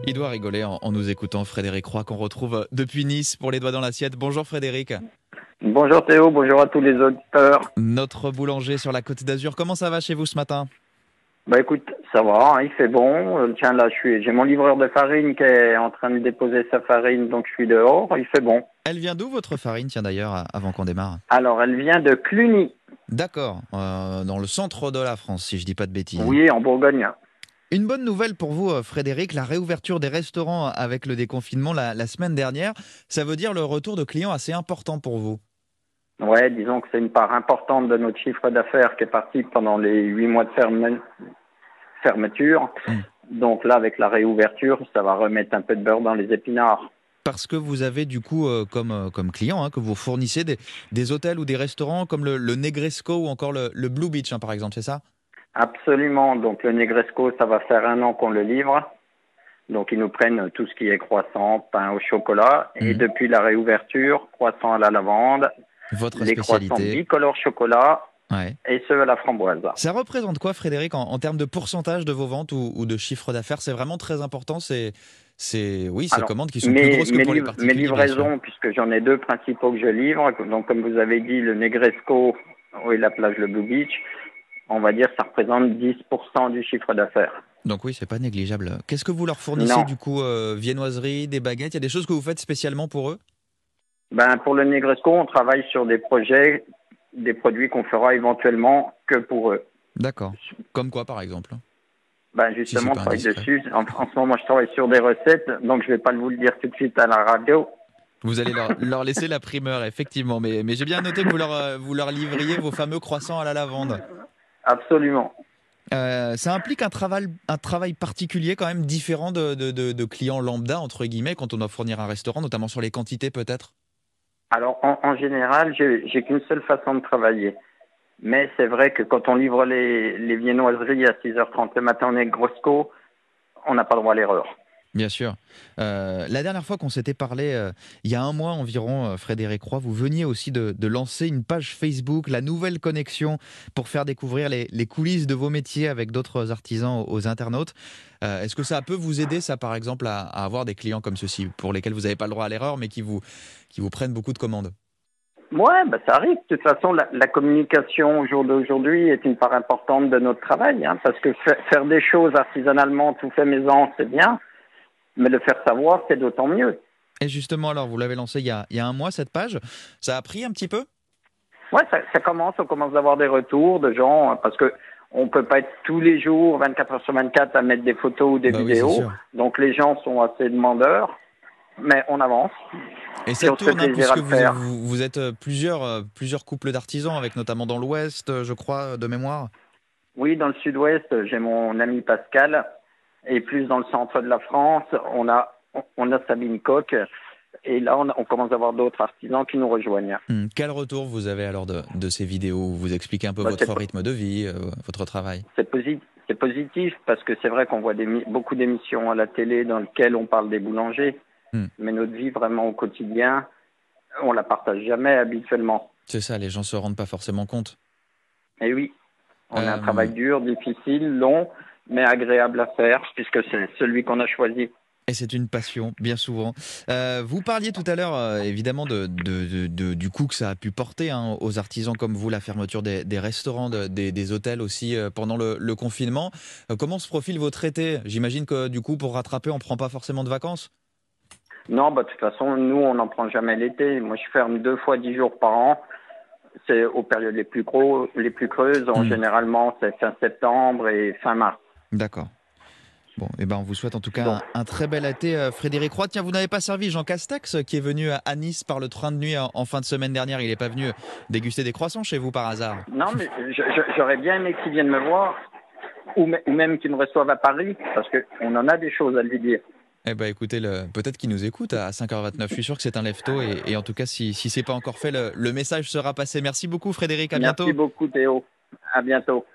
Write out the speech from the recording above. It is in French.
Il doit rigoler en nous écoutant, Frédéric Roy, qu'on retrouve depuis Nice pour les doigts dans l'assiette. Bonjour Frédéric. Bonjour Théo, bonjour à tous les auditeurs. Notre boulanger sur la Côte d'Azur, comment ça va chez vous ce matin? Bah écoute, ça va, hein, il fait bon. Tiens là, j'ai mon livreur de farine qui est en train de déposer sa farine, donc je suis dehors. Il fait bon. Elle vient d'où votre farine, tiens d'ailleurs, avant qu'on démarre? Alors, elle vient de Cluny. D'accord, dans le centre de la France, si je dis pas de bêtises. Oui, en Bourgogne. Une bonne nouvelle pour vous, Frédéric, la réouverture des restaurants avec le déconfinement la semaine dernière, ça veut dire le retour de clients assez important pour vous. Ouais, disons que c'est une part importante de notre chiffre d'affaires qui est parti pendant les 8 mois de fermeture. Donc là, avec la réouverture, ça va remettre un peu de beurre dans les épinards. Parce que vous avez du coup comme client, que vous fournissez des hôtels ou des restaurants comme le Negresco ou encore le Blue Beach, par exemple, c'est ça? Absolument. Donc le Negresco, ça va faire 1 an qu'on le livre. Donc ils nous prennent tout ce qui est croissant, pain au chocolat. Et depuis la réouverture, croissant à la lavande, Votre les croissants spécialité. bicolores chocolat Ouais. et ceux à la framboise. Ça représente quoi, Frédéric, en termes de pourcentage de vos ventes ou de chiffre d'affaires? C'est vraiment très important. Oui, ces Alors, commandes qui sont plus grosses que pour les mes particuliers, bien sûr. livraisons, puisque j'en ai 2 principaux que je livre, donc comme vous avez dit, le Negresco et la plage Le Blue Beach, on va dire que ça représente 10% du chiffre d'affaires. Donc oui, c'est pas négligeable. Qu'est-ce que vous leur fournissez Non. du coup? Viennoiseries, des baguettes? Il y a des choses que vous faites spécialement pour eux? Ben, pour le Negresco, on travaille sur des projets, des produits qu'on fera éventuellement que pour eux. D'accord. Comme quoi, par exemple? Ben Si c'est justement, on pas travaille indiscret. dessus. En ce moment, je travaille sur des recettes, donc je vais pas vous le dire tout de suite à la radio. Vous allez leur laisser la primeur, effectivement. Mais j'ai bien noté que vous leur livriez vos fameux croissants à la lavande. Absolument. Ça implique un travail particulier, quand même, différent de clients lambda, entre guillemets, quand on doit fournir un restaurant, notamment sur les quantités, peut-être? Alors, en général, j'ai qu'une seule façon de travailler. Mais c'est vrai que quand on livre les viennoiseries à 6h30 le matin au Negresco, on n'a pas le droit à l'erreur. Bien sûr. La dernière fois qu'on s'était parlé, il y a un mois environ, Frédéric Roy, vous veniez aussi de lancer une page Facebook, la nouvelle connexion, pour faire découvrir les coulisses de vos métiers avec d'autres artisans aux internautes. Est-ce que ça peut vous aider, ça, par exemple, à avoir des clients comme ceux-ci, pour lesquels vous n'avez pas le droit à l'erreur, mais qui vous prennent beaucoup de commandes? Ouais, bah ça arrive. De toute façon, la communication au jour d'aujourd'hui est une part importante de notre travail, hein, parce que faire des choses artisanalement, tout fait maison, c'est bien, mais le faire savoir, c'est d'autant mieux. Et justement, alors, vous l'avez lancé il y a un mois, cette page. Ça a pris un petit peu? Ouais, on commence d'avoir des retours de gens, parce que on peut pas être tous les jours, 24 heures sur 24, à mettre des photos ou des Bah oui, c'est vidéos. sûr. Donc les gens sont assez demandeurs, mais on avance. Et Et ça on se fait tourne, plaisir à puisque le faire. vous êtes plusieurs couples d'artisans, avec notamment dans l'Ouest, je crois, de mémoire. Oui, dans le sud-ouest, j'ai mon ami Pascal, et plus dans le centre de la France, on a Sabine Coq, et là, on commence à avoir d'autres artisans qui nous rejoignent. Quel retour vous avez alors de ces vidéos où vous expliquez un peu Bah, votre rythme de vie, votre travail? c'est positif parce que c'est vrai qu'on voit beaucoup d'émissions à la télé dans lesquelles on parle des boulangers, Hmm. mais notre vie vraiment au quotidien, on la partage jamais habituellement. C'est ça, les gens se rendent pas forcément compte. Et oui, on a un Euh, travail dur, difficile, long, mais agréable à faire puisque c'est celui qu'on a choisi. Et c'est une passion, bien souvent. Vous parliez tout à l'heure, évidemment, du coût que ça a pu porter, aux artisans comme vous, la fermeture des restaurants, des hôtels aussi pendant le confinement. Comment se profile votre été? J'imagine que du coup, pour rattraper, on ne prend pas forcément de vacances? Non, bah, de toute façon, nous, on n'en prend jamais l'été. Moi, je ferme 2 fois 10 jours par an. C'est aux périodes les plus creuses. Hmm, Généralement, c'est fin septembre et fin mars. D'accord. Bon, eh ben, on vous souhaite en tout Donc, cas un très bel été, Frédéric Roy. Tiens, vous n'avez pas servi Jean Castex, qui est venu à Nice par le train de nuit en fin de semaine dernière. Il n'est pas venu déguster des croissants chez vous par hasard? non, mais j'aurais bien aimé qu'il vienne me voir ou même qu'il me reçoive à Paris parce qu'on en a des choses à lui dire. Eh ben, écoutez, peut-être qu'il nous écoute à 5h29. Je suis sûr que c'est un lève-tôt. Et en tout cas, si c'est pas encore fait, le message sera passé. Merci beaucoup, Frédéric. À Merci bientôt. beaucoup, Théo. À bientôt.